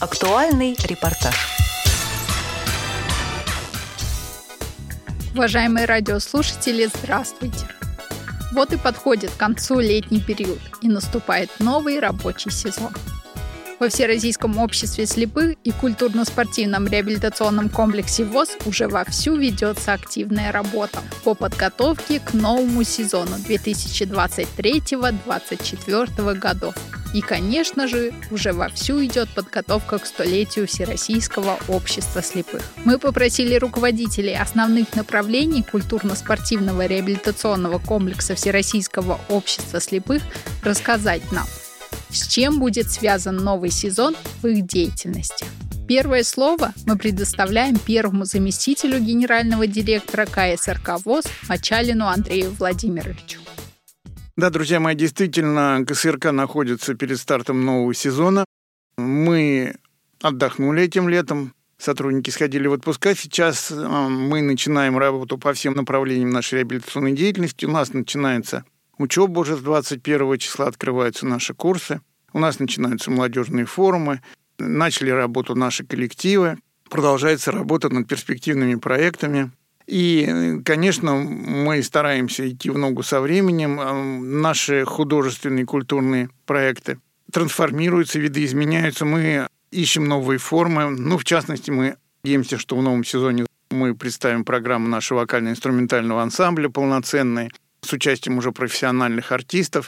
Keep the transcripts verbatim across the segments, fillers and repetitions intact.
Актуальный репортаж. Уважаемые радиослушатели, здравствуйте! Вот и подходит к концу летний период, и наступает новый рабочий сезон. Во Всероссийском обществе слепых и культурно-спортивном реабилитационном комплексе ВОС уже вовсю ведется активная работа по подготовке к новому сезону две тысячи двадцать третьего — две тысячи двадцать четвёртого годов. И, конечно же, уже вовсю идет подготовка к столетию Всероссийского общества слепых. Мы попросили руководителей основных направлений культурно-спортивного реабилитационного комплекса Всероссийского общества слепых рассказать нам, с чем будет связан новый сезон в их деятельности. Первое слово мы предоставляем первому заместителю генерального директора ка эс эр ка ВОС Мочалину Андрею Владимировичу. Да, друзья мои, действительно, ка эс эр ка находится перед стартом нового сезона. Мы отдохнули этим летом, сотрудники сходили в отпуска. Сейчас мы начинаем работу по всем направлениям нашей реабилитационной деятельности. У нас начинается учеба уже с двадцать первого числа, открываются наши курсы. У нас начинаются молодежные форумы, начали работу наши коллективы, продолжается работа над перспективными проектами. И, конечно, мы стараемся идти в ногу со временем. Наши художественные, культурные проекты трансформируются, видоизменяются. Мы ищем новые формы. Ну, в частности, мы надеемся, что в новом сезоне мы представим программу нашего вокально-инструментального ансамбля полноценной с участием уже профессиональных артистов.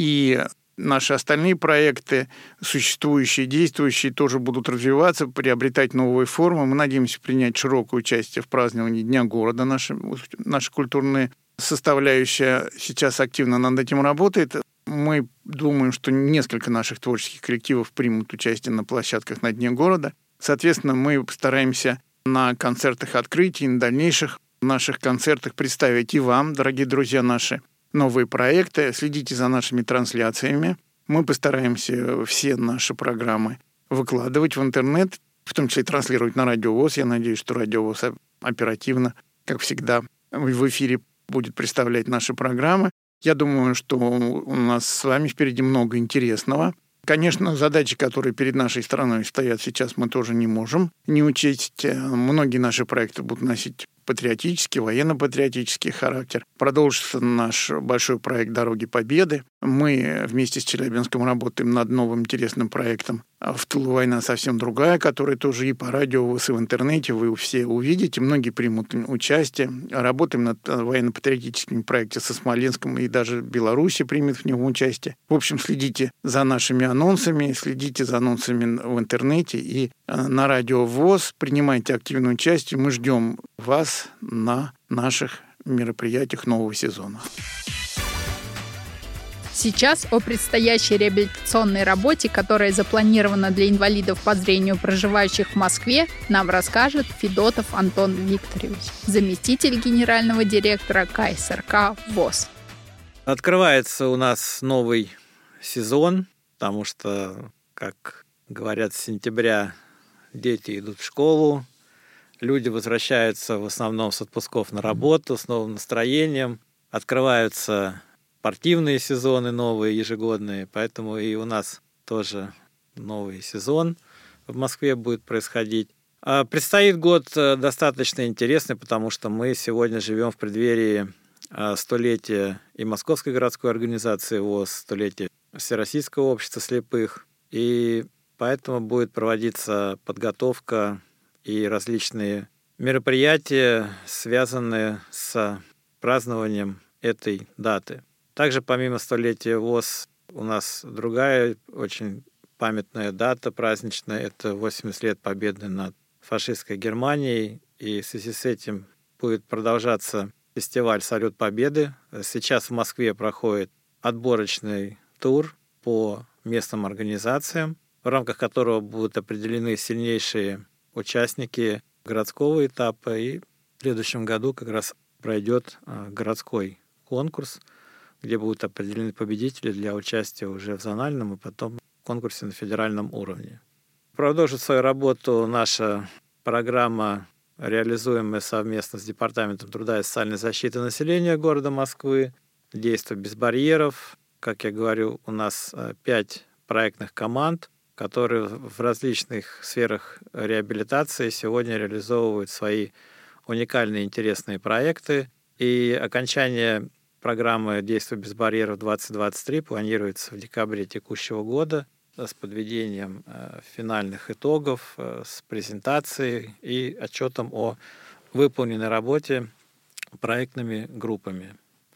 И наши остальные проекты, существующие, действующие, тоже будут развиваться, приобретать новые формы. Мы надеемся принять широкое участие в праздновании Дня города. Наша, наша культурная составляющая сейчас активно над этим работает. Мы думаем, что несколько наших творческих коллективов примут участие на площадках на Дне города. Соответственно, мы постараемся на концертах открытий, на дальнейших наших концертах представить и вам, дорогие друзья, наши новые проекты. Следите за нашими трансляциями. Мы постараемся все наши программы выкладывать в интернет, в том числе и транслировать на Радио ВОС. Я надеюсь, что Радио ВОС оперативно, как всегда, в эфире будет представлять наши программы. Я думаю, что у нас с вами впереди много интересного. Конечно, задачи, которые перед нашей страной стоят сейчас, мы тоже не можем не учесть. Многие наши проекты будут носить патриотический, военно-патриотический характер. Продолжится наш большой проект «Дороги Победы». Мы вместе с Челябинском работаем над новым интересным проектом «В тылу война совсем другая», который тоже и по радио ВОС, и в интернете вы все увидите. Многие примут участие. Работаем над военно-патриотическим проектом со Смоленском, и даже Беларусь примет в нем участие. В общем, следите за нашими анонсами, следите за анонсами в интернете и на радио ВОС. Принимайте активное участие. Мы ждем вас на наших мероприятиях нового сезона. Сейчас о предстоящей реабилитационной работе, которая запланирована для инвалидов по зрению, проживающих в Москве, нам расскажет Федотов Антон Викторович, заместитель генерального директора ка эс эр ка ВОС. Открывается у нас новый сезон, потому что, как говорят, с сентября дети идут в школу, люди возвращаются в основном с отпусков на работу, с новым настроением, открываются спортивные сезоны новые, ежегодные, поэтому и у нас тоже новый сезон в Москве будет происходить. А предстоит год достаточно интересный, потому что мы сегодня живем в преддверии столетия и Московской городской организации ВОС, столетия Всероссийского общества слепых, и поэтому будет проводиться подготовка и различные мероприятия, связанные с празднованием этой даты. Также помимо столетия ВОС у нас другая очень памятная дата праздничная. Это восемьдесят лет победы над фашистской Германией. И в связи с этим будет продолжаться фестиваль «Салют Победы». Сейчас в Москве проходит отборочный тур по местным организациям, в рамках которого будут определены сильнейшие участники городского этапа. И в следующем году как раз пройдет городской конкурс, где будут определены победители для участия уже в зональном и потом в конкурсе на федеральном уровне. Продолжит свою работу наша программа, реализуемая совместно с Департаментом труда и социальной защиты населения города Москвы. Действие без барьеров. Как я говорю, у нас пять проектных команд, которые в различных сферах реабилитации сегодня реализовывают свои уникальные интересные проекты. И окончание программы «Действуй без барьеров двадцать двадцать три» планируется в декабре текущего года с подведением финальных итогов, с презентацией и отчетом о выполненной работе проектными группами.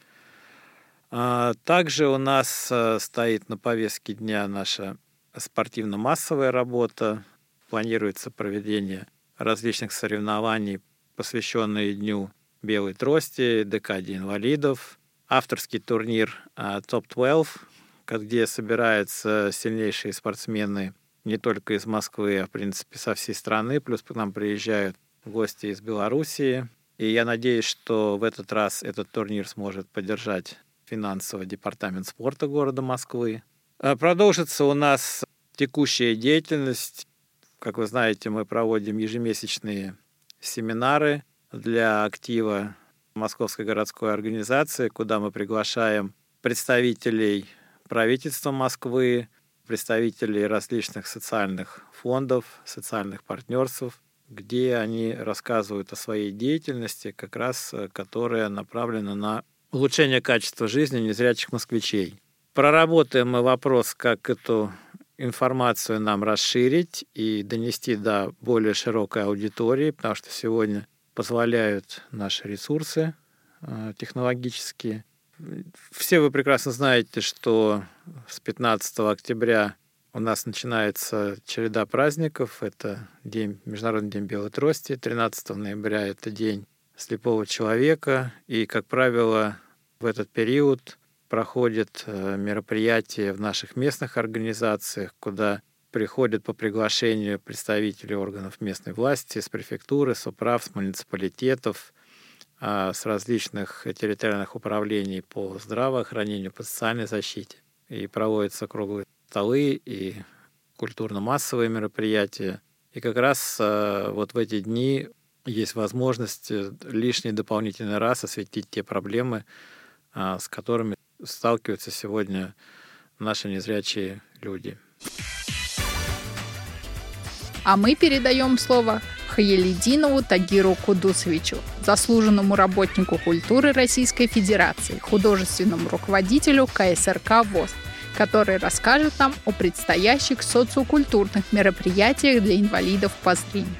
Также у нас стоит на повестке дня наша спортивно-массовая работа. Планируется проведение различных соревнований, посвященные Дню белой трости, декаде инвалидов, авторский турнир топ двенадцать, где собираются сильнейшие спортсмены не только из Москвы, а в принципе со всей страны, плюс к нам приезжают гости из Белоруссии. И я надеюсь, что в этот раз этот турнир сможет поддержать финансово департамент спорта города Москвы. Продолжится у нас текущая деятельность. Как вы знаете, мы проводим ежемесячные семинары для актива Московской городской организации, куда мы приглашаем представителей правительства Москвы, представителей различных социальных фондов, социальных партнерств, где они рассказывают о своей деятельности, как раз которая направлена на улучшение качества жизни незрячих москвичей. Проработаем мы вопрос, как эту информацию нам расширить и донести до более широкой аудитории, потому что сегодня позволяют наши ресурсы технологические. Все вы прекрасно знаете, что с пятнадцатого октября у нас начинается череда праздников. Это день, Международный день белой трости, тринадцатого ноября это день слепого человека. И, как правило, в этот период проходят мероприятия в наших местных организациях, куда приходят по приглашению представители органов местной власти, с префектуры, с управ, с муниципалитетов, с различных территориальных управлений по здравоохранению, по социальной защите. И проводятся круглые столы и культурно-массовые мероприятия. И как раз вот в эти дни есть возможность лишний дополнительный раз осветить те проблемы, с которыми сталкиваются сегодня наши незрячие люди. А мы передаем слово Хаелидинову Тагиру Кудусовичу, заслуженному работнику культуры Российской Федерации, художественному руководителю ка эс эр ка ВОС, который расскажет нам о предстоящих социокультурных мероприятиях для инвалидов по зрению.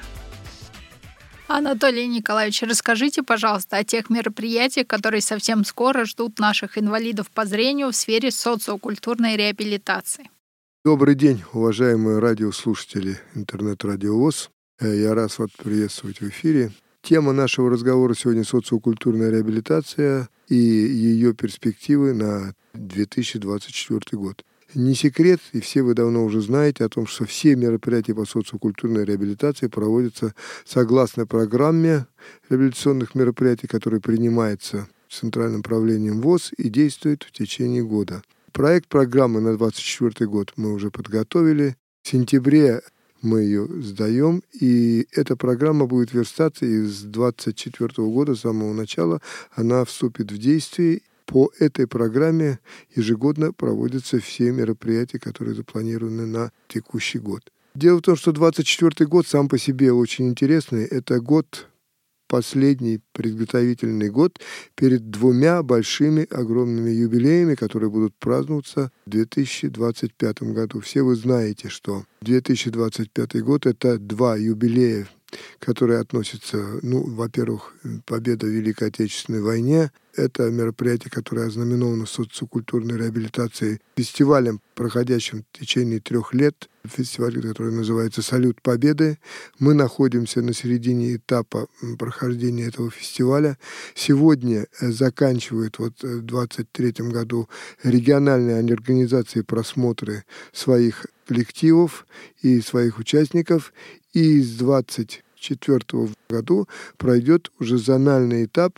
Анатолий Николаевич, расскажите, пожалуйста, о тех мероприятиях, которые совсем скоро ждут наших инвалидов по зрению в сфере социокультурной реабилитации. Добрый день, уважаемые радиослушатели интернет-радио ВОС. Я рад вас приветствовать в эфире. Тема нашего разговора сегодня — социокультурная реабилитация и ее перспективы на две тысячи двадцать четвёртый год. Не секрет, и все вы давно уже знаете о том, что все мероприятия по социокультурной реабилитации проводятся согласно программе реабилитационных мероприятий, которая принимается Центральным правлением ВОС и действует в течение года. Проект программы на двадцать четвёртый год мы уже подготовили. В сентябре мы ее сдаем, и эта программа будет верстаться, и с двадцать четвёртого года, с самого начала, она вступит в действие. По этой программе ежегодно проводятся все мероприятия, которые запланированы на текущий год. Дело в том, что двадцать четвёртый год сам по себе очень интересный. Это год, последний подготовительный год перед двумя большими огромными юбилеями, которые будут праздноваться в две тысячи двадцать пятом году. Все вы знаете, что две тысячи двадцать пятый год — это два юбилея, которые относятся, ну, во-первых, победа в Великой Отечественной войне. Это мероприятие, которое ознаменовано социокультурной реабилитацией, фестивалем, проходящим в течение трех лет, фестиваль, который называется «Салют Победы». Мы находимся на середине этапа прохождения этого фестиваля. Сегодня заканчивают вот в двадцать третьем году региональные организации просмотры своих коллективов и своих участников. И с двадцать четвёртого году пройдет уже зональный этап,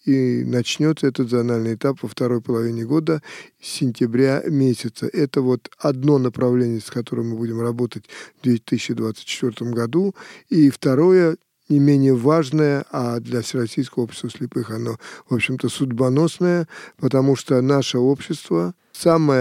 и начнется этот зональный этап во второй половине года, с сентября месяца. Это вот одно направление, с которым мы будем работать в две тысячи двадцать четвёртом году. И второе, не менее важное, а для Всероссийского общества слепых оно, в общем-то, судьбоносное, потому что наше общество самое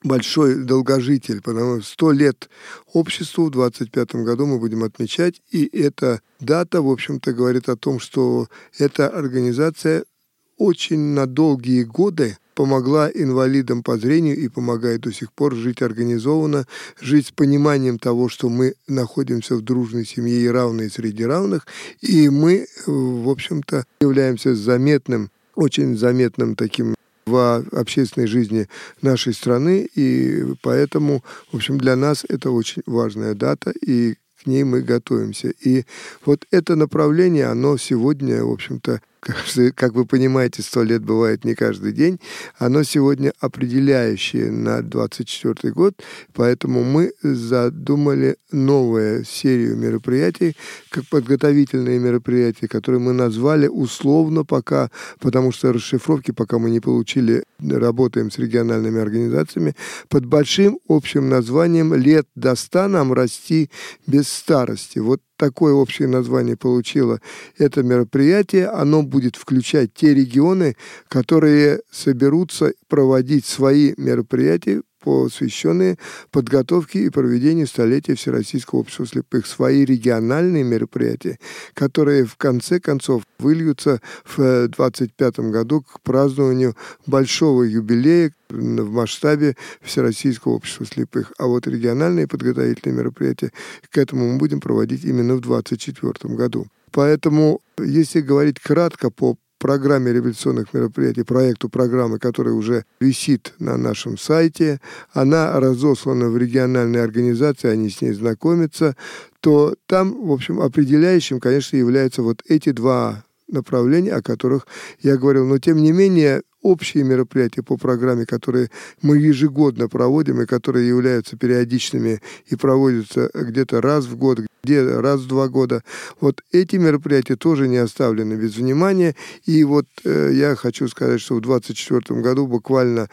большой долгожитель, потому что сто лет обществу в двадцать пятом году мы будем отмечать, и эта дата, в общем-то, говорит о том, что эта организация очень на долгие годы помогла инвалидам по зрению и помогает до сих пор жить организованно, жить с пониманием того, что мы находимся в дружной семье и равные среди равных, и мы, в общем-то, являемся заметным, очень заметным таким в общественной жизни нашей страны, и поэтому, в общем, для нас это очень важная дата, и к ней мы готовимся. И вот это направление, оно сегодня, в общем-то, как вы понимаете, сто лет бывает не каждый день, оно сегодня определяющее на двадцать четвёртый год, поэтому мы задумали новую серию мероприятий, как подготовительные мероприятия, которые мы назвали условно пока, потому что расшифровки пока мы не получили, работаем с региональными организациями, под большим общим названием «Лет до ста нам расти без старости». Вот такое общее название получило это мероприятие. Оно будет включать те регионы, которые соберутся проводить свои мероприятия, посвященные подготовке и проведению столетия Всероссийского общества слепых. Свои региональные мероприятия, которые в конце концов выльются в двадцать пятом году к празднованию большого юбилея в масштабе Всероссийского общества слепых. А вот региональные подготовительные мероприятия к этому мы будем проводить именно в двадцать четвёртом году. Поэтому, если говорить кратко по программе революционных мероприятий, проекту программы, которая уже висит на нашем сайте, она разослана в региональные организации, они с ней знакомятся, то там, в общем, определяющим, конечно, являются вот эти два направления, о которых я говорил. Но, тем не менее, общие мероприятия по программе, которые мы ежегодно проводим и которые являются периодичными и проводятся где-то раз в год, где-то раз в два года, вот эти мероприятия тоже не оставлены без внимания. И вот э, я хочу сказать, что в двадцать четвёртом году буквально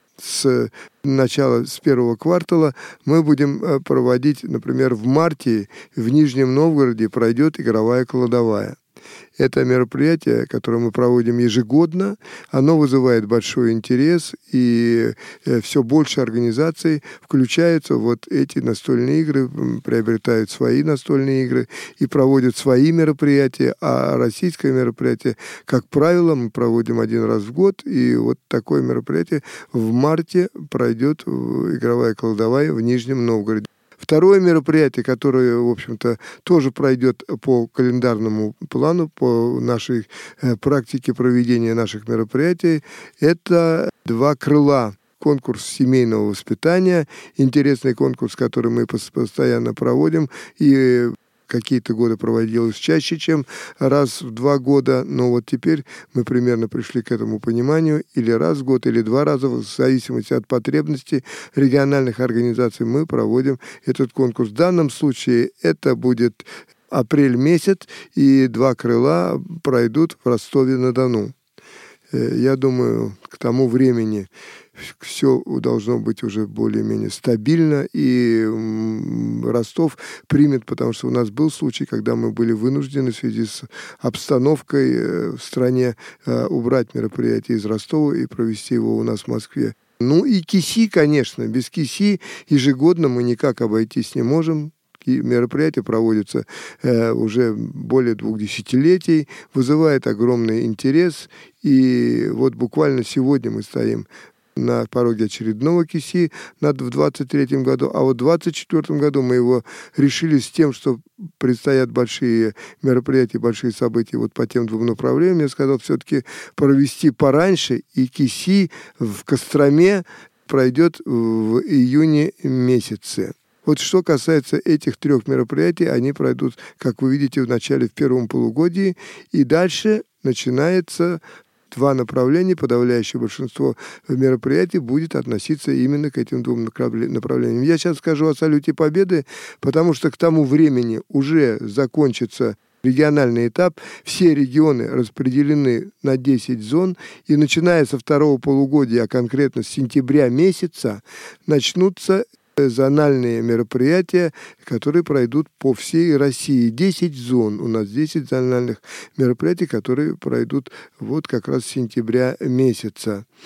с начала, с первого квартала мы будем проводить, например, в марте в Нижнем Новгороде пройдет игровая кладовая. Это мероприятие, которое мы проводим ежегодно, оно вызывает большой интерес, и все больше организаций включаются в вот эти настольные игры, приобретают свои настольные игры и проводят свои мероприятия, а российское мероприятие, как правило, мы проводим один раз в год, и вот такое мероприятие в марте пройдет игровая кладовая в Нижнем Новгороде. Второе мероприятие, которое, в общем-то, тоже пройдет по календарному плану, по нашей э, практике проведения наших мероприятий, это «Два крыла». Конкурс семейного воспитания, интересный конкурс, который мы постоянно проводим, и какие-то годы проводилось чаще, чем раз в два года, но вот теперь мы примерно пришли к этому пониманию, или раз в год, или два раза, в зависимости от потребностей региональных организаций, мы проводим этот конкурс. В данном случае это будет апрель месяц, и «Два крыла» пройдут в Ростове-на-Дону. Я думаю, к тому времени все должно быть уже более-менее стабильно, и Ростов примет, потому что у нас был случай, когда мы были вынуждены в связи с обстановкой в стране убрать мероприятие из Ростова и провести его у нас в Москве. Ну и КИСИ, конечно, без КИСИ ежегодно мы никак обойтись не можем. И мероприятие проводится э, уже более двух десятилетий, вызывает огромный интерес. И вот буквально сегодня мы стоим на пороге очередного КИСИ в двадцать третьем году, а вот в двадцать четвёртом году мы его решили с тем, что предстоят большие мероприятия, большие события вот по тем двум направлениям. Я сказал, все-таки провести пораньше, и КИСИ в Костроме пройдет в июне месяце. Вот что касается этих трех мероприятий, они пройдут, как вы видите, в начале, в первом полугодии, и дальше начинается два направления, подавляющее большинство мероприятий будет относиться именно к этим двум направлениям. Я сейчас скажу о салюте Победы, потому что к тому времени уже закончится региональный этап, все регионы распределены на десять зон, и начиная со второго полугодия, а конкретно с сентября месяца, начнутся зональные мероприятия, которые пройдут по всей России. десять зон. У нас десять зональных мероприятий, которые пройдут вот как раз с сентября месяца.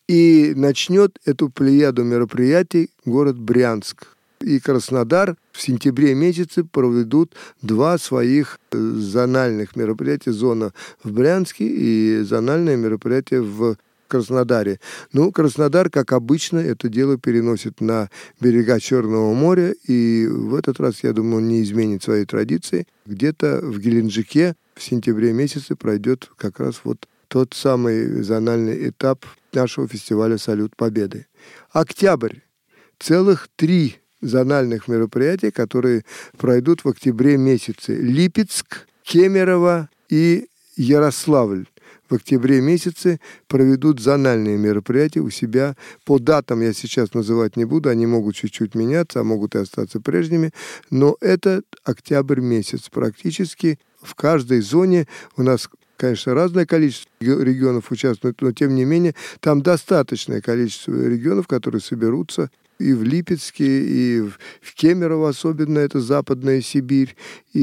И начнет эту плеяду мероприятий город Брянск. И Краснодар в сентябре месяце проведут два своих зональных мероприятия. Зона в Брянске и зональное мероприятие в Краснодаре. Ну, Краснодар, как обычно, это дело переносит на берега Черного моря. И в этот раз, я думаю, он не изменит свои традиции. Где-то в Геленджике в сентябре месяце пройдет как раз вот тот самый зональный этап нашего фестиваля «Салют Победы». Октябрь. Целых три зональных мероприятия, которые пройдут в октябре месяце. Липецк, Кемерово и Ярославль. В октябре месяце проведут зональные мероприятия у себя. По датам я сейчас называть не буду, они могут чуть-чуть меняться, а могут и остаться прежними. Но это октябрь месяц. Практически в каждой зоне у нас, конечно, разное количество регионов участвует, но тем не менее там достаточное количество регионов, которые соберутся и в Липецке, и в Кемерово, особенно это Западная Сибирь,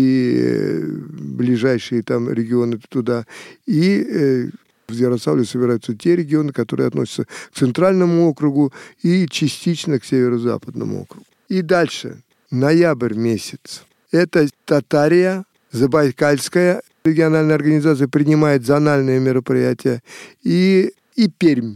и ближайшие там регионы туда. И в Ярославле собираются те регионы, которые относятся к Центральному округу и частично к Северо-Западному округу. И дальше. Ноябрь месяц. Это Татария, Забайкальская региональная организация принимает зональные мероприятия, и, и Пермь.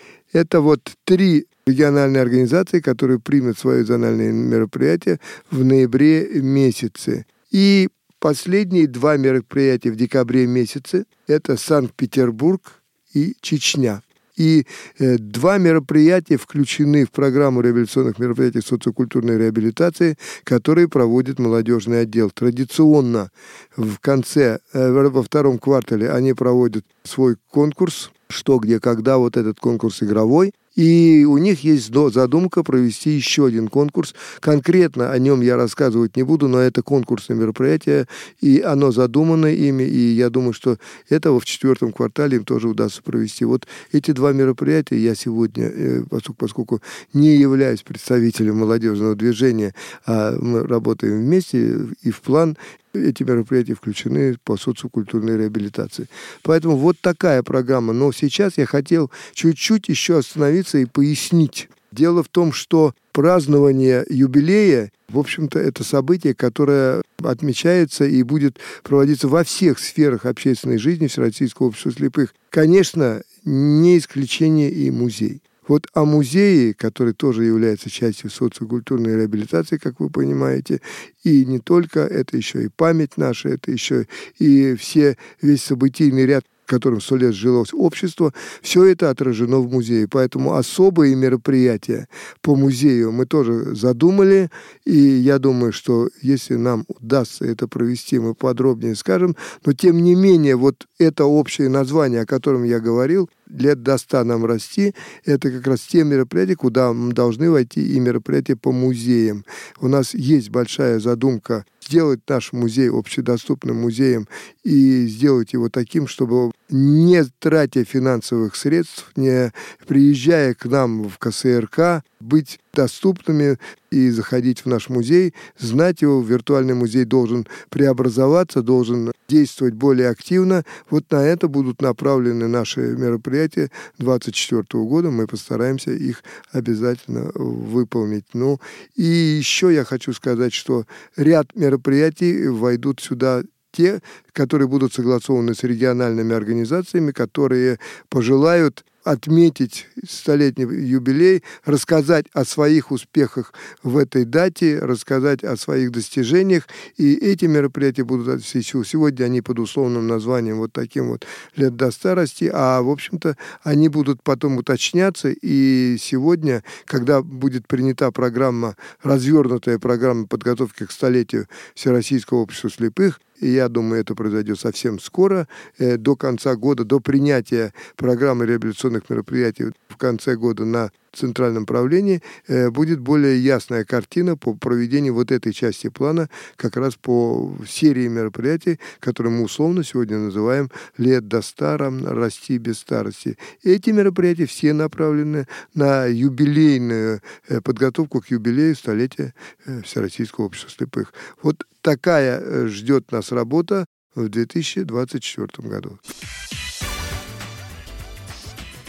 Это вот три региональные организации, которые примут свои зональные мероприятия в ноябре месяце. И последние два мероприятия в декабре месяце – это Санкт-Петербург и Чечня. И э, два мероприятия включены в программу реабилитационных мероприятий социокультурной реабилитации, которые проводит молодежный отдел. Традиционно в конце, э, во втором квартале они проводят свой конкурс «Что, где, когда», вот этот конкурс игровой. И у них есть задумка провести еще один конкурс. Конкретно о нем я рассказывать не буду, но это конкурсное мероприятие, и оно задумано ими, и я думаю, что этого в четвертом квартале им тоже удастся провести. Вот эти два мероприятия я сегодня, поскольку, поскольку не являюсь представителем молодежного движения, а мы работаем вместе, и в план эти мероприятия включены по социокультурной реабилитации. Поэтому вот такая программа. Но сейчас я хотел чуть-чуть еще остановиться и пояснить. Дело в том, что празднование юбилея, в общем-то, это событие, которое отмечается и будет проводиться во всех сферах общественной жизни Всероссийского общества слепых. Конечно, не исключение и музей. Вот о музее, который тоже является частью социокультурной реабилитации, как вы понимаете, и не только, это еще и память наша, это еще и все, весь событийный ряд, в котором сто лет жило общество, все это отражено в музее. Поэтому особые мероприятия по музею мы тоже задумали, и я думаю, что если нам удастся это провести, мы подробнее скажем, но тем не менее, вот это общее название, о котором я говорил, «Лет до ста нам расти», это как раз те мероприятия, куда должны войти и мероприятия по музеям. У нас есть большая задумка сделать наш музей общедоступным музеем и сделать его таким, чтобы, не тратя финансовых средств, не приезжая к нам в ка эс эр ка, быть доступными и заходить в наш музей, знать его. Виртуальный музей должен преобразоваться, должен действовать более активно. Вот на это будут направлены наши мероприятия две тысячи двадцать четвёртого года. Мы постараемся их обязательно выполнить. Ну, и еще я хочу сказать, что ряд мероприятий войдут сюда те, которые будут согласованы с региональными организациями, которые пожелают отметить столетний юбилей, рассказать о своих успехах в этой дате, рассказать о своих достижениях. И эти мероприятия будут сегодня они под условным названием вот таким вот «Лет до старости», а, в общем-то, они будут потом уточняться. И сегодня, когда будет принята программа, развернутая программа подготовки к столетию Всероссийского общества слепых, и я думаю, это произойдет совсем скоро, э, до конца года, до принятия программы реабилитационных мероприятий в конце года на центральном правлении, э, будет более ясная картина по проведению вот этой части плана, как раз по серии мероприятий, которые мы условно сегодня называем «Лет до ста, расти без старости». И эти мероприятия все направлены на юбилейную э, подготовку к юбилею столетия э, Всероссийского общества слепых. Вот такая э, ждет нас работа в две тысячи двадцать четвёртом году.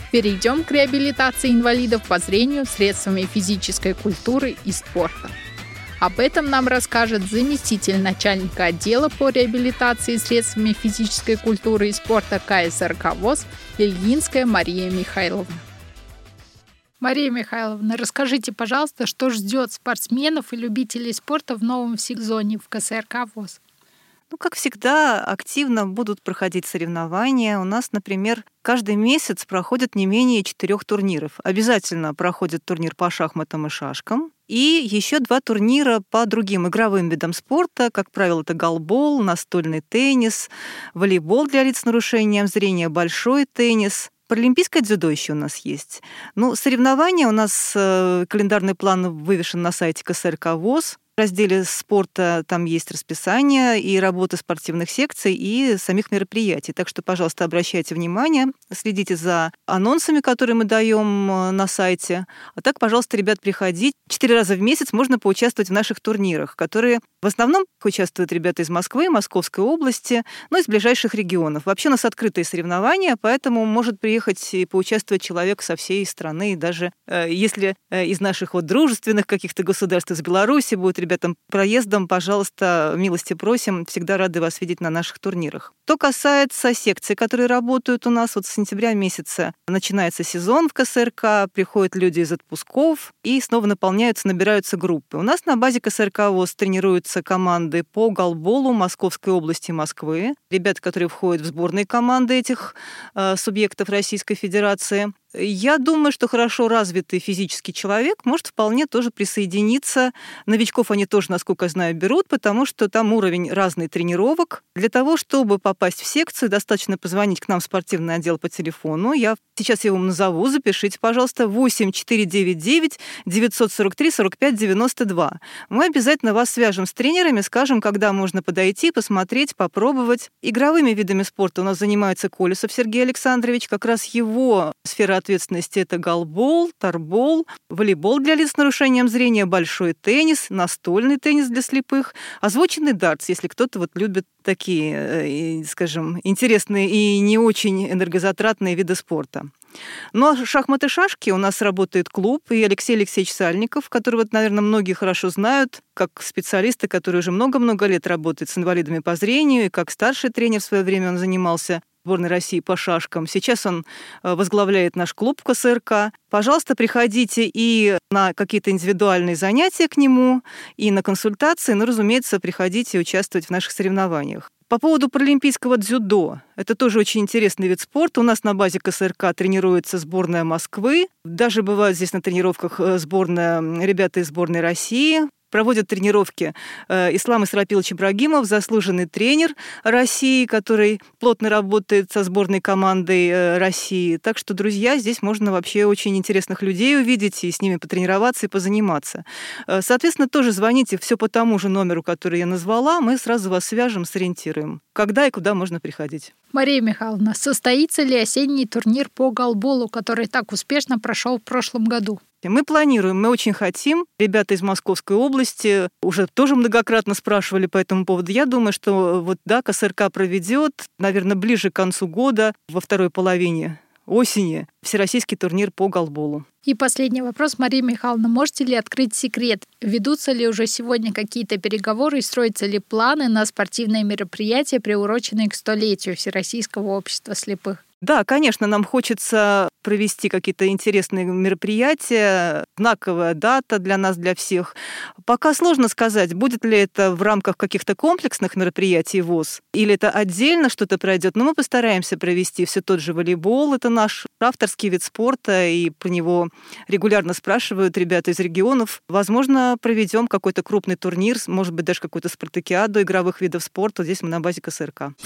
Перейдем к реабилитации инвалидов по зрению средствами физической культуры и спорта. Об этом нам расскажет заместитель начальника отдела по реабилитации средствами физической культуры и спорта ка эс эр ка ВОС Ильинская Мария Михайловна. Мария Михайловна, расскажите, пожалуйста, что ждет спортсменов и любителей спорта в новом сезоне в ка эс эр ка ВОС? Ну, как всегда, активно будут проходить соревнования. У нас, например, каждый месяц проходит не менее четырех турниров. Обязательно проходит турнир по шахматам и шашкам. И еще два турнира по другим игровым видам спорта. Как правило, это голбол, настольный теннис, волейбол для лиц с нарушением зрения, большой теннис. Паралимпийское дзюдо еще у нас есть. Ну, соревнования у нас, э, календарный план вывешен на сайте ка эс эр ка ВОС. В разделе спорта там есть расписание и работа спортивных секций, и самих мероприятий. Так что, пожалуйста, обращайте внимание, следите за анонсами, которые мы даем на сайте. А так, пожалуйста, ребят, приходите. Четыре раза в месяц можно поучаствовать в наших турнирах, которые в основном участвуют ребята из Москвы, Московской области, ну и из ближайших регионов. Вообще у нас открытые соревнования, поэтому может приехать и поучаствовать человек со всей страны. И даже э, если э, из наших вот дружественных каких-то государств, из Беларуси будут ребята ребятам проездом, пожалуйста, милости просим. Всегда рады вас видеть на наших турнирах. Что касается секций, которые работают у нас, вот с сентября месяца начинается сезон в ка эс эр ка, приходят люди из отпусков и снова наполняются, набираются группы. У нас на базе ка эс эр ка ВОС тренируются команды по голболу Московской области и Москвы. Ребята, которые входят в сборные команды этих э, субъектов Российской Федерации. Я думаю, что хорошо развитый физический человек может вполне тоже присоединиться. Новичков они тоже, насколько я знаю, берут, потому что там уровень разный тренировок. Для того, чтобы попасть в секцию, достаточно позвонить к нам в спортивный отдел по телефону. Я сейчас его вам назову, запишите, пожалуйста, восемь четыре девять девять девятьсот сорок три сорок пять девяносто два. Мы обязательно вас свяжем с тренерами, скажем, когда можно подойти, посмотреть, попробовать. Игровыми видами спорта у нас занимается Колесов Сергей Александрович. Как раз его сфера ответственности — это голбол, торбол, волейбол для лиц с нарушением зрения, большой теннис, настольный теннис для слепых, озвученный дартс, если кто-то вот любит такие, скажем, интересные и не очень энергозатратные виды спорта. Ну а шахматы-шашки у нас работает клуб, и Алексей Алексеевич Сальников, которого, наверное, многие хорошо знают, как специалиста, который уже много-много лет работает с инвалидами по зрению, и как старший тренер в свое время он занимался сборной России по шашкам. Сейчас он возглавляет наш клуб в ка эс эр ка. Пожалуйста, приходите и на какие-то индивидуальные занятия к нему, и на консультации. Ну, разумеется, приходите и участвовать в наших соревнованиях. По поводу паралимпийского дзюдо. Это тоже очень интересный вид спорта. У нас на базе ка эс эр ка тренируется сборная Москвы. Даже бывают здесь на тренировках сборная, ребята из сборной России. Проводят тренировки э, Ислам Исрапилович Ибрагимов, заслуженный тренер России, который плотно работает со сборной командой э, России. Так что, друзья, здесь можно вообще очень интересных людей увидеть и с ними потренироваться и позаниматься. Э, соответственно, тоже звоните все по тому же номеру, который я назвала. Мы сразу вас свяжем, сориентируем, когда и куда можно приходить. Мария Михайловна, состоится ли осенний турнир по голболу, который так успешно прошел в прошлом году? Мы планируем, мы очень хотим. Ребята из Московской области уже тоже многократно спрашивали по этому поводу. Я думаю, что вот да, ка эс эр ка проведет, наверное, ближе к концу года, во второй половине осени, всероссийский турнир по голболу. И последний вопрос, Мария Михайловна. Можете ли открыть секрет? Ведутся ли уже сегодня какие-то переговоры и строятся ли планы на спортивные мероприятия, приуроченные к столетию Всероссийского общества слепых? Да, конечно, нам хочется провести какие-то интересные мероприятия, знаковая дата для нас, для всех. Пока сложно сказать, будет ли это в рамках каких-то комплексных мероприятий ВОС, или это отдельно что-то пройдет, но мы постараемся провести все тот же волейбол. Это наш авторский вид спорта, и про него регулярно спрашивают ребята из регионов. Возможно, проведем какой-то крупный турнир, может быть, даже какую-то спартакиаду игровых видов спорта. Здесь мы на базе ка эс эр ка.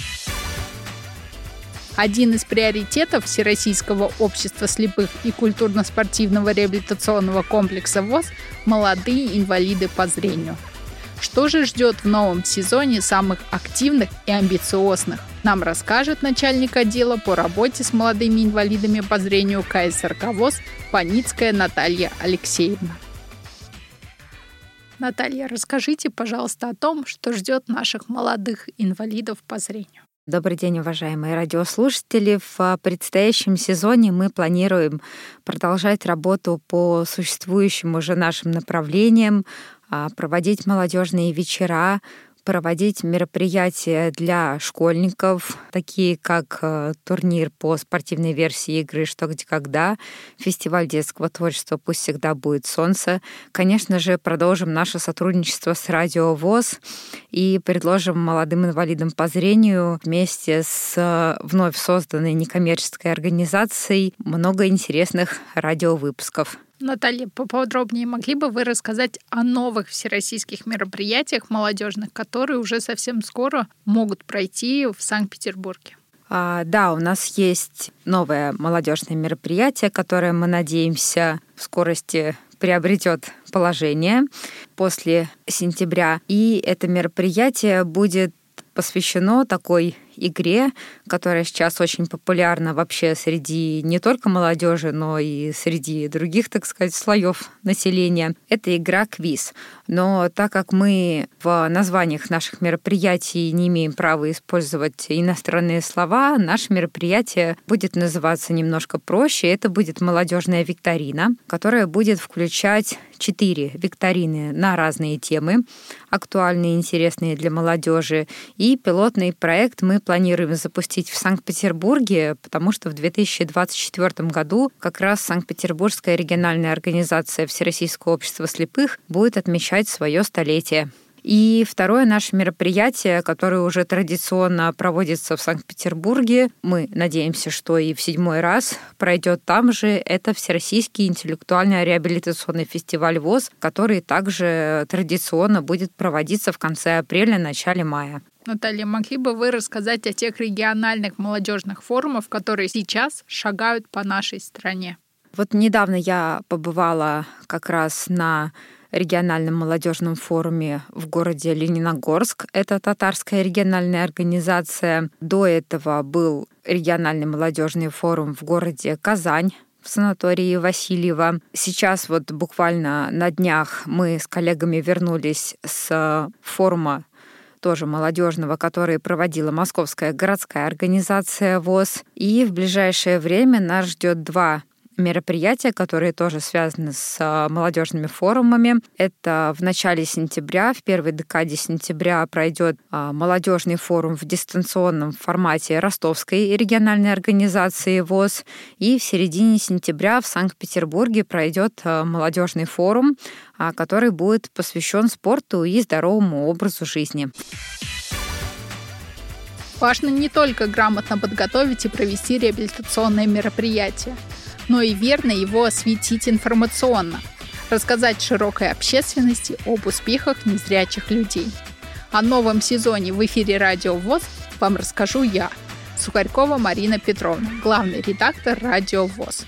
Один из приоритетов Всероссийского общества слепых и культурно-спортивного реабилитационного комплекса ВОС – молодые инвалиды по зрению. Что же ждет в новом сезоне самых активных и амбициозных, нам расскажет начальник отдела по работе с молодыми инвалидами по зрению ка эс эр ка ВОС Паницкая Наталья Алексеевна. Наталья, расскажите, пожалуйста, о том, что ждет наших молодых инвалидов по зрению. Добрый день, уважаемые радиослушатели. В предстоящем сезоне мы планируем продолжать работу по существующим уже нашим направлениям, проводить молодежные вечера, проводить мероприятия для школьников, такие как турнир по спортивной версии игры «Что, где, когда», фестиваль детского творчества «Пусть всегда будет солнце». Конечно же, продолжим наше сотрудничество с Радио ВОС и предложим молодым инвалидам по зрению вместе с вновь созданной некоммерческой организацией много интересных радиовыпусков. Наталья, поподробнее могли бы вы рассказать о новых всероссийских мероприятиях молодежных, которые уже совсем скоро могут пройти в Санкт-Петербурге? А, да, у нас есть новое молодежное мероприятие, которое, мы надеемся, в скорости приобретет положение после сентября. И это мероприятие будет посвящено такой игре, которая сейчас очень популярна вообще среди не только молодежи, но и среди других, так сказать, слоев населения. Это игра «Квиз». Но так как мы в названиях наших мероприятий не имеем права использовать иностранные слова, наше мероприятие будет называться немножко проще. Это будет молодежная викторина, которая будет включать четыре викторины на разные темы, актуальные и интересные для молодежи. И пилотный проект мы планируем запустить в Санкт-Петербурге, потому что в две тысячи двадцать четвёртом году как раз Санкт-Петербургская региональная организация Всероссийского общества слепых будет отмечать свое столетие. И второе наше мероприятие, которое уже традиционно проводится в Санкт-Петербурге, мы надеемся, что и в седьмой раз пройдет там же, это Всероссийский интеллектуально-реабилитационный фестиваль ВОС, который также традиционно будет проводиться в конце апреля, начале мая. Наталья, могли бы вы рассказать о тех региональных молодежных форумах, которые сейчас шагают по нашей стране? Вот недавно я побывала как раз на региональном молодежном форуме в городе Лениногорск. Это татарская региональная организация. До этого был региональный молодежный форум в городе Казань, в санатории Васильева. Сейчас вот буквально на днях мы с коллегами вернулись с форума тоже молодежного, который проводила Московская городская организация ВОС. И в ближайшее время нас ждет два мероприятия, которые тоже связаны с молодежными форумами. Это в начале сентября, в первой декаде сентября пройдет молодежный форум в дистанционном формате Ростовской региональной организации ВОС. И в середине сентября в Санкт-Петербурге пройдет молодежный форум, который будет посвящен спорту и здоровому образу жизни. Важно не только грамотно подготовить и провести реабилитационное мероприятие, но и верно его осветить информационно, рассказать широкой общественности об успехах незрячих людей. О новом сезоне в эфире Радио ВОС вам расскажу я, Сухарькова Марина Петровна, главный редактор Радио ВОС.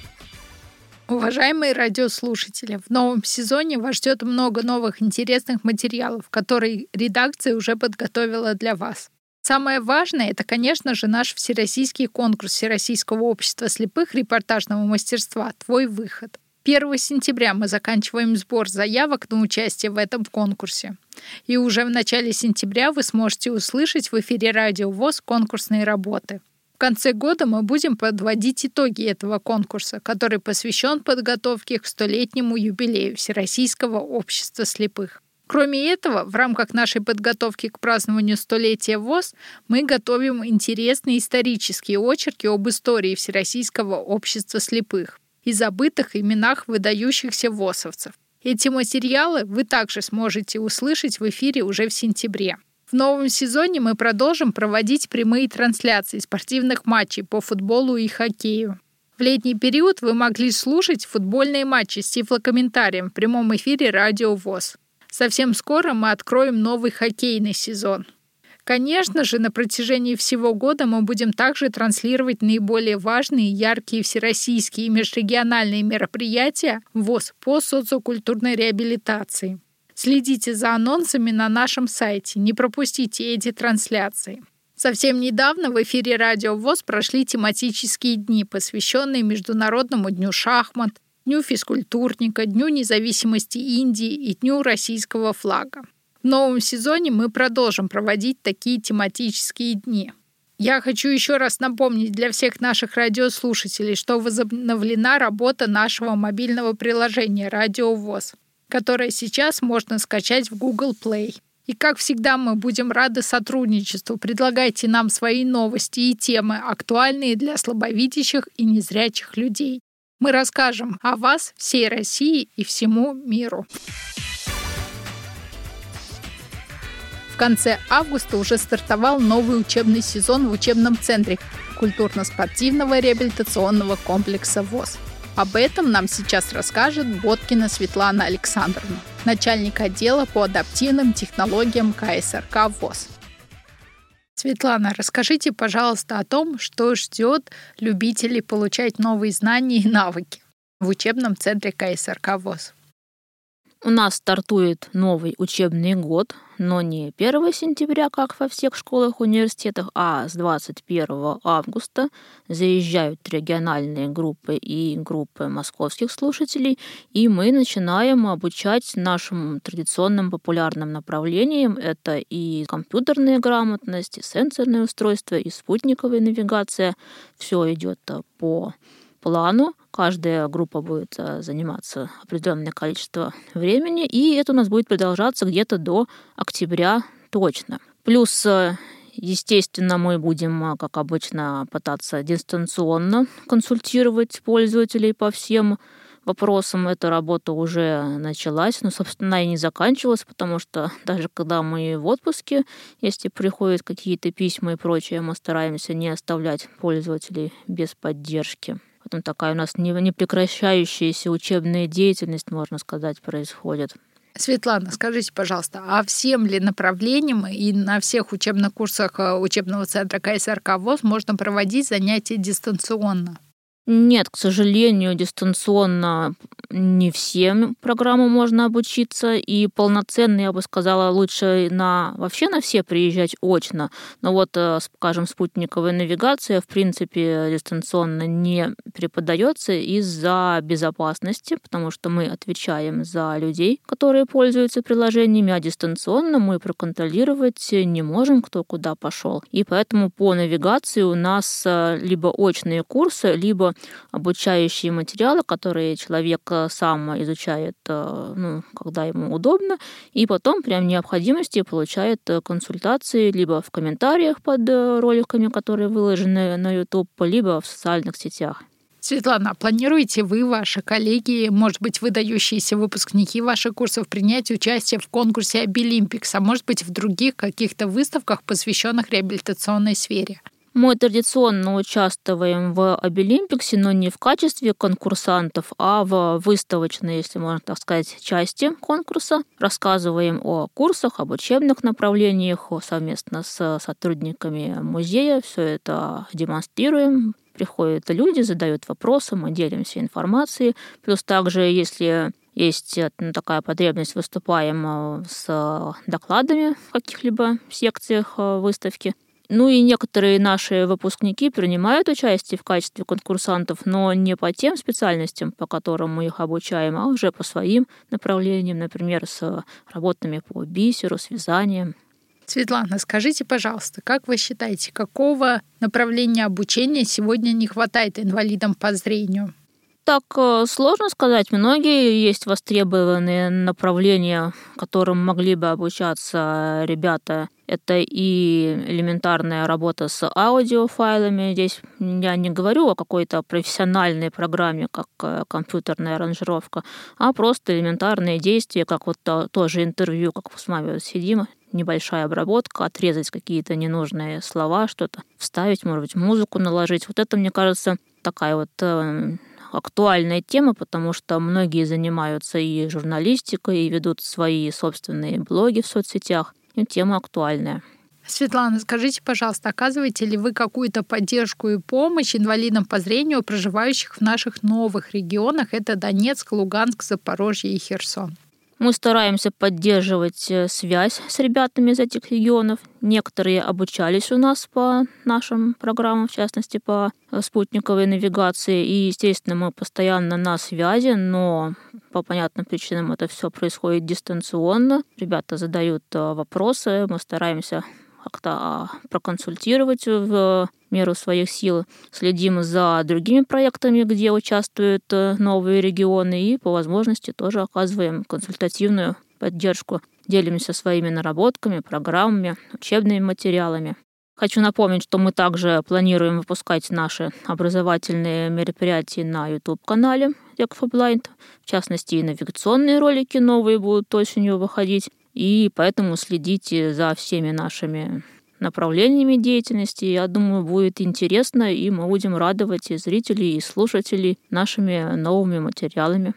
Уважаемые радиослушатели, в новом сезоне вас ждет много новых интересных материалов, которые редакция уже подготовила для вас. Самое важное — это, конечно же, наш всероссийский конкурс Всероссийского общества слепых репортажного мастерства «Твой выход». первого сентября мы заканчиваем сбор заявок на участие в этом конкурсе. И уже в начале сентября вы сможете услышать в эфире Радио ВОС конкурсные работы. В конце года мы будем подводить итоги этого конкурса, который посвящен подготовке к столетнему юбилею Всероссийского общества слепых. Кроме этого, в рамках нашей подготовки к празднованию столетия ВОС мы готовим интересные исторические очерки об истории Всероссийского общества слепых и забытых именах выдающихся ВОСовцев. Эти материалы вы также сможете услышать в эфире уже в сентябре. В новом сезоне мы продолжим проводить прямые трансляции спортивных матчей по футболу и хоккею. В летний период вы могли слушать футбольные матчи с тифлокомментарием в прямом эфире Радио ВОС. Совсем скоро мы откроем новый хоккейный сезон. Конечно же, на протяжении всего года мы будем также транслировать наиболее важные, яркие всероссийские и межрегиональные мероприятия ВОС по социокультурной реабилитации. Следите за анонсами на нашем сайте, не пропустите эти трансляции. Совсем недавно в эфире Радио ВОС прошли тематические дни, посвященные Международному дню шахмат, Дню физкультурника, Дню независимости Индии и Дню российского флага. В новом сезоне мы продолжим проводить такие тематические дни. Я хочу еще раз напомнить для всех наших радиослушателей, что возобновлена работа нашего мобильного приложения «Радио ВОС», которое сейчас можно скачать в Google Play. И, как всегда, мы будем рады сотрудничеству. Предлагайте нам свои новости и темы, актуальные для слабовидящих и незрячих людей. Мы расскажем о вас всей России и всему миру. В конце августа уже стартовал новый учебный сезон в учебном центре культурно-спортивного реабилитационного комплекса ВОС. Об этом нам сейчас расскажет Боткина Светлана Александровна, начальник отдела по адаптивным технологиям ка эс эр ка ВОС. Светлана, расскажите, пожалуйста, о том, что ждет любителей получать новые знания и навыки в учебном центре ка эс эр ка ВОС. У нас стартует новый учебный год, но не первого сентября, как во всех школах и университетах, а с двадцать первого августа заезжают региональные группы и группы московских слушателей, и мы начинаем обучать нашим традиционным популярным направлениям. Это и компьютерная грамотность, и сенсорное устройство, и спутниковая навигация. Все идет по плану. Каждая группа будет заниматься определенное количество времени, и это у нас будет продолжаться где-то до октября точно. Плюс, естественно, мы будем, как обычно, пытаться дистанционно консультировать пользователей по всем вопросам. Эта работа уже началась, но, собственно, и не заканчивалась, потому что даже когда мы в отпуске, если приходят какие-то письма и прочее, мы стараемся не оставлять пользователей без поддержки. Потом такая у нас непрекращающаяся учебная деятельность, можно сказать, происходит. Светлана, скажите, пожалуйста, а всем ли направлениям и на всех учебных курсах учебного центра ка эс эр ка ВОС можно проводить занятия дистанционно? Нет, к сожалению, дистанционно не всем программам можно обучиться, и полноценно, я бы сказала, лучше на, вообще на все приезжать очно. Но вот, скажем, спутниковая навигация, в принципе, дистанционно не преподается из-за безопасности, потому что мы отвечаем за людей, которые пользуются приложениями, а дистанционно мы проконтролировать не можем, кто куда пошел. И поэтому по навигации у нас либо очные курсы, либо обучающие материалы, которые человек сам изучает, ну, когда ему удобно, и потом при необходимости получает консультации либо в комментариях под роликами, которые выложены на YouTube, либо в социальных сетях. Светлана, планируете вы, ваши коллеги, может быть, выдающиеся выпускники ваших курсов принять участие в конкурсе Abilimpics, а может быть, в других каких-то выставках, посвященных реабилитационной сфере? Мы традиционно участвуем в Abilimpics, но не в качестве конкурсантов, а в выставочной, если можно так сказать, части конкурса. Рассказываем о курсах, об учебных направлениях совместно с сотрудниками музея. Все это демонстрируем. Приходят люди, задают вопросы, мы делимся информацией. Плюс также, если есть такая потребность, выступаем с докладами в каких-либо секциях выставки. Ну и некоторые наши выпускники принимают участие в качестве конкурсантов, но не по тем специальностям, по которым мы их обучаем, а уже по своим направлениям, например, с работами по бисеру, с вязанием. Светлана, скажите, пожалуйста, как вы считаете, какого направления обучения сегодня не хватает инвалидам по зрению? Так сложно сказать. Многие есть востребованные направления, которым могли бы обучаться ребята. Это и элементарная работа с аудиофайлами. Здесь я не говорю о какой-то профессиональной программе, как компьютерная аранжировка, а просто элементарные действия, как вот тоже интервью, как мы с вами сидим, небольшая обработка, отрезать какие-то ненужные слова, что-то вставить, может быть, музыку наложить. Вот это, мне кажется, такая вот актуальная тема, потому что многие занимаются и журналистикой, и ведут свои собственные блоги в соцсетях. И тема актуальная. Светлана, скажите, пожалуйста, оказываете ли вы какую-то поддержку и помощь инвалидам по зрению, проживающих в наших новых регионах? Это Донецк, Луганск, Запорожье и Херсон. Мы стараемся поддерживать связь с ребятами из этих регионов. Некоторые обучались у нас по нашим программам, в частности, по спутниковой навигации. И, естественно, мы постоянно на связи, но по понятным причинам это все происходит дистанционно. Ребята задают вопросы, мы стараемся как-то проконсультировать в меру своих сил. Следим за другими проектами, где участвуют новые регионы, и по возможности тоже оказываем консультативную поддержку. Делимся своими наработками, программами, учебными материалами. Хочу напомнить, что мы также планируем выпускать наши образовательные мероприятия на YouTube-канале Екафа-Блайнд. В частности, и навигационные ролики новые будут осенью выходить. И поэтому следите за всеми нашими направлениями деятельности. Я думаю, будет интересно, и мы будем радовать и зрителей, и слушателей нашими новыми материалами.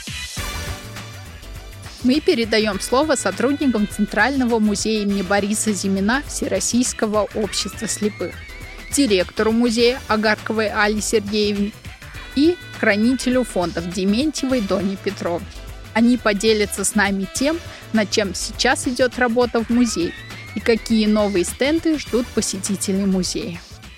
Мы передаем слово сотрудникам Центрального музея имени Бориса Зимина Всероссийского общества слепых, директору музея Агарковой Алле Сергеевне и хранителю фондов Дементьевой Доне Петровне. Они поделятся с нами тем, над чем сейчас идет работа в музее и какие новые стенды ждут посетителей музея.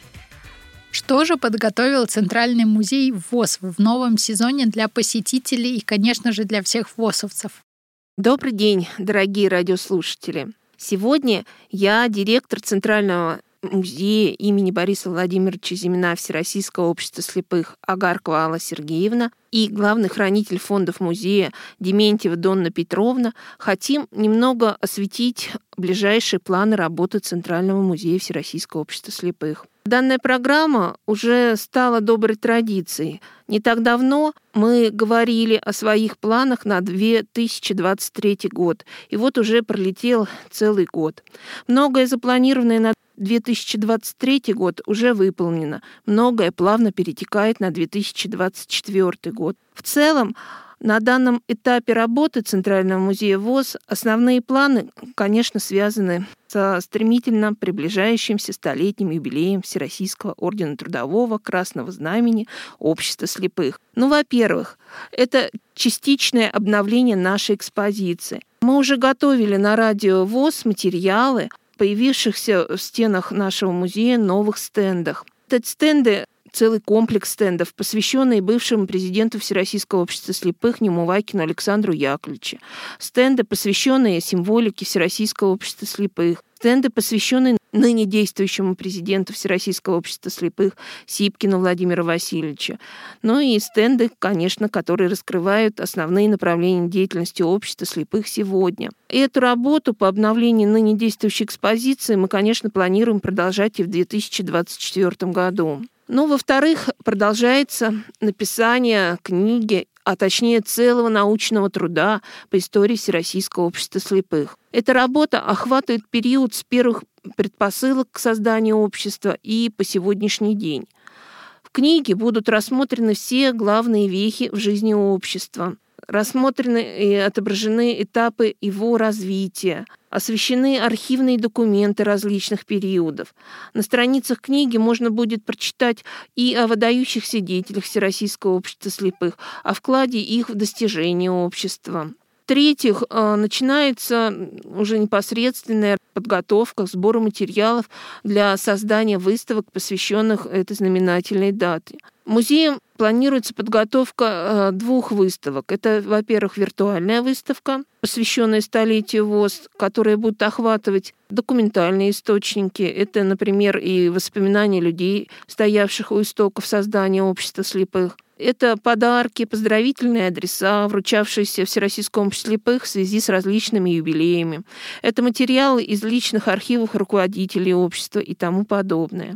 Что же подготовил Центральный музей ВОС в новом сезоне для посетителей и, конечно же, для всех ВОСовцев? Добрый день, дорогие радиослушатели. Сегодня я директор Центрального музея имени Бориса Владимировича Зимина Всероссийского общества слепых Агаркова Алла Сергеевна и главный хранитель фондов музея Дементьева Донна Петровна хотим немного осветить ближайшие планы работы Центрального музея Всероссийского общества слепых. Данная программа уже стала доброй традицией. Не так давно мы говорили о своих планах на две тысячи двадцать третий год, и вот уже пролетел целый год. Многое запланированное на две тысячи двадцать третий год уже выполнено, многое плавно перетекает на две тысячи двадцать четвёртый год. В целом, на данном этапе работы Центрального музея ВОС основные планы, конечно, связаны со стремительно приближающимся столетним юбилеем Всероссийского ордена Трудового Красного Знамени Общества слепых. Ну, во-первых, это частичное обновление нашей экспозиции. Мы уже готовили на радио ВОС материалы, появившихся в стенах нашего музея новых стендах. Эти стенды целый комплекс стендов, посвященный бывшему президенту Всероссийского общества слепых Немувакину Александру Яковлевичу. Стенды, посвященные символике Всероссийского общества слепых. Стенды, посвященные ныне действующему президенту Всероссийского общества слепых Сипкину Владимиру Васильевичу. Ну и стенды, конечно, которые раскрывают основные направления деятельности общества слепых сегодня. И эту работу по обновлению ныне действующей экспозиции мы, конечно, планируем продолжать и в две тысячи двадцать четвёртом году. Ну, во-вторых, продолжается написание книги, а точнее целого научного труда по истории Всероссийского общества слепых. Эта работа охватывает период с первых предпосылок к созданию общества и по сегодняшний день. В книге будут рассмотрены все главные вехи в жизни общества, рассмотрены и отображены этапы его развития, освещены архивные документы различных периодов. На страницах книги можно будет прочитать и о выдающихся деятелях Всероссийского общества слепых, о вкладе их в достижение общества. В-третьих, начинается уже непосредственная подготовка к сбору материалов для создания выставок, посвященных этой знаменательной дате. Музеем планируется подготовка двух выставок. Это, во-первых, виртуальная выставка, посвященная столетию ВОС, которая будет охватывать документальные источники. Это, например, и воспоминания людей, стоявших у истоков создания общества слепых. Это подарки, поздравительные адреса, вручавшиеся Всероссийскому обществу слепых в связи с различными юбилеями. Это материалы из личных архивов руководителей общества и тому подобное.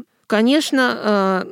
Конечно,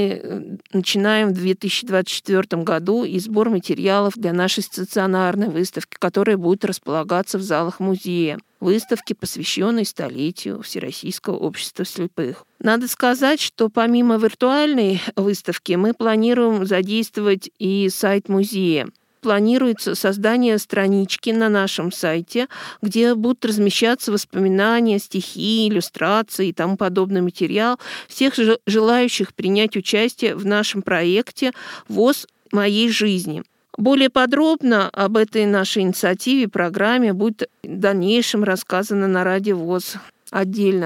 мы начинаем в две тысячи двадцать четвёртом году и сбор материалов для нашей стационарной выставки, которая будет располагаться в залах музея. Выставки, посвященной столетию Всероссийского общества слепых. Надо сказать, что помимо виртуальной выставки мы планируем задействовать и сайт музея. Планируется создание странички на нашем сайте, где будут размещаться воспоминания, стихи, иллюстрации и тому подобный материал всех желающих принять участие в нашем проекте ВОС моей жизни. Более подробно об этой нашей инициативе, программе будет в дальнейшем рассказано на радио ВОС отдельно.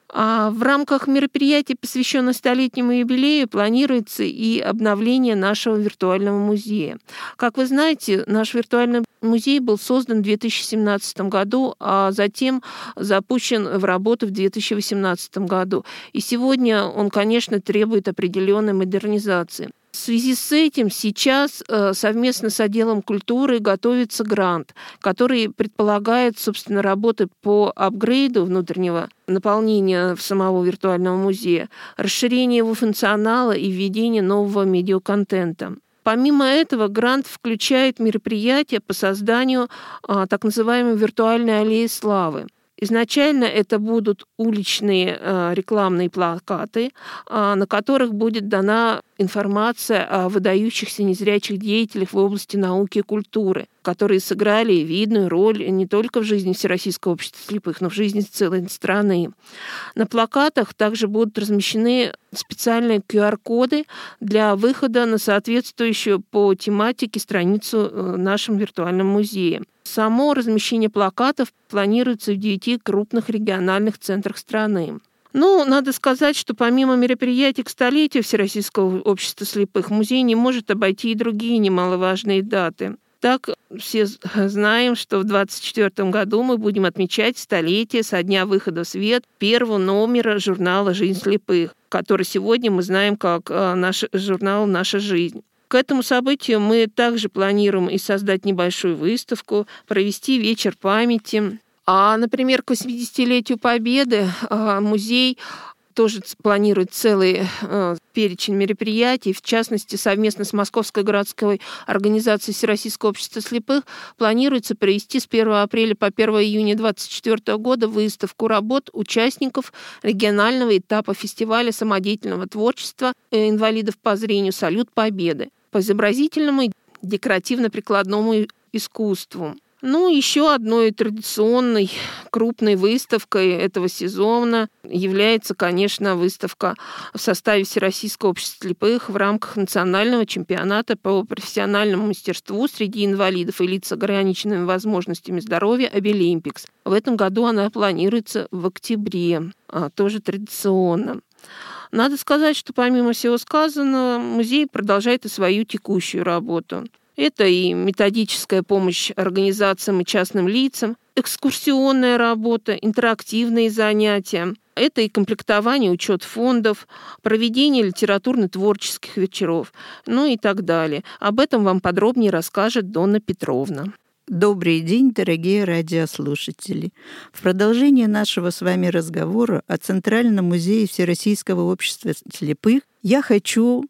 А в рамках мероприятий, посвященных столетнему юбилею, планируется и обновление нашего виртуального музея. Как вы знаете, наш виртуальный музей был создан в две тысячи семнадцатом году, а затем запущен в работу в две тысячи восемнадцатом году. И сегодня он, конечно, требует определенной модернизации. В связи с этим сейчас совместно с отделом культуры готовится грант, который предполагает, собственно, работы по апгрейду внутреннего наполнения самого виртуального музея, расширение его функционала и введение нового медиаконтента. Помимо этого, грант включает мероприятия по созданию а, так называемой виртуальной аллеи славы. Изначально это будут уличные э, рекламные плакаты, э, на которых будет дана информация о выдающихся незрячих деятелях в области науки и культуры, которые сыграли видную роль не только в жизни Всероссийского общества слепых, но в жизни целой страны. На плакатах также будут размещены специальные ку ар-коды для выхода на соответствующую по тематике страницу в нашем виртуальном музее. Само размещение плакатов планируется в девяти крупных региональных центрах страны. Ну, надо сказать, что помимо мероприятий к столетию Всероссийского общества слепых, музей не может обойти и другие немаловажные даты. Так, все знаем, что в двадцать четвёртом году мы будем отмечать столетие со дня выхода в свет первого номера журнала «Жизнь слепых», который сегодня мы знаем как наш журнал «Наша жизнь». К этому событию мы также планируем и создать небольшую выставку, провести вечер памяти. А, например, к восьмидесятилетию Победы музей тоже планирует целый э, перечень мероприятий. В частности, совместно с Московской городской организацией Всероссийского общества слепых планируется провести с первого апреля по первого июня две тысячи двадцать четвёртого года выставку работ участников регионального этапа фестиваля самодеятельного творчества инвалидов по зрению «Салют Победы» по изобразительному и декоративно-прикладному искусству. Ну, еще одной традиционной крупной выставкой этого сезона является, конечно, выставка в составе Всероссийского общества слепых в рамках национального чемпионата по профессиональному мастерству среди инвалидов и лиц с ограниченными возможностями здоровья «Обилимпикс». В этом году она планируется в октябре, тоже традиционно. Надо сказать, что помимо всего сказанного, музей продолжает и свою текущую работу. Это и методическая помощь организациям и частным лицам, экскурсионная работа, интерактивные занятия. Это и комплектование, учет фондов, проведение литературно-творческих вечеров, ну и так далее. Об этом вам подробнее расскажет Донна Петровна. Добрый день, дорогие радиослушатели. В продолжение нашего с вами разговора о Центральном музее Всероссийского общества слепых я хочу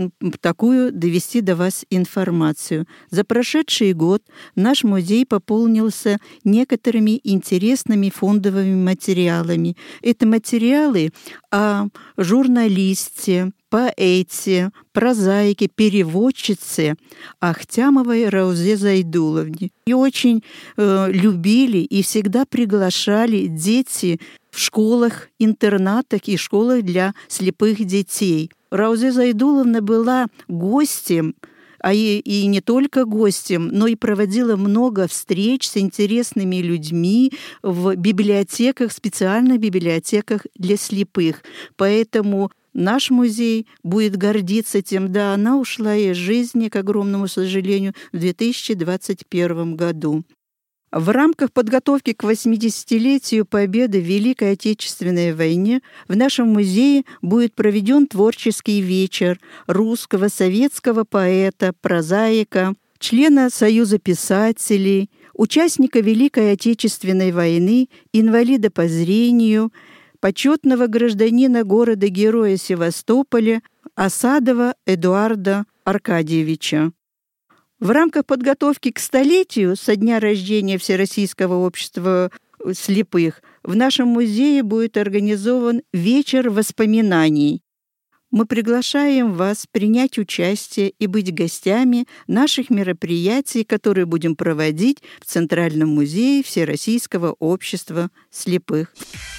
такую довести до вас информацию. За прошедший год наш музей пополнился некоторыми интересными фондовыми материалами. Это материалы о журналисте, поэте, прозаике, переводчице Ахтямовой Раузе Зайдуловне. И очень э, любили и всегда приглашали дети в школах, интернатах и школах для слепых детей. Раузе Зайдуловна была гостем, а и, и не только гостем, но и проводила много встреч с интересными людьми в библиотеках, специальных библиотеках для слепых. Поэтому наш музей будет гордиться тем, да, она ушла из жизни, к огромному сожалению, в две тысячи двадцать первом году. В рамках подготовки к восьмидесятилетию Победы в Великой Отечественной войне в нашем музее будет проведен творческий вечер русского советского поэта, прозаика, члена Союза писателей, участника Великой Отечественной войны, инвалида по зрению, почетного гражданина города-героя Севастополя Осадова Эдуарда Аркадьевича. В рамках подготовки к столетию со дня рождения Всероссийского общества слепых в нашем музее будет организован вечер воспоминаний. Мы приглашаем вас принять участие и быть гостями наших мероприятий, которые будем проводить в Центральном музее Всероссийского общества слепых.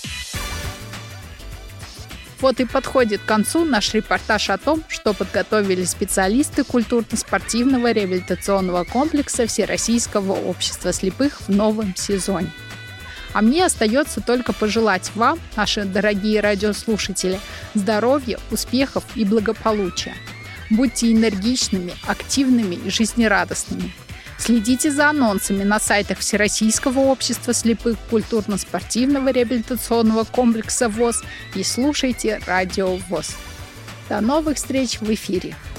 Вот и подходит к концу наш репортаж о том, что подготовили специалисты культурно-спортивного реабилитационного комплекса Всероссийского общества слепых в новом сезоне. А мне остается только пожелать вам, наши дорогие радиослушатели, здоровья, успехов и благополучия. Будьте энергичными, активными и жизнерадостными. Следите за анонсами на сайтах Всероссийского общества слепых, культурно-спортивного реабилитационного комплекса ВОС и слушайте Радио ВОС. До новых встреч в эфире!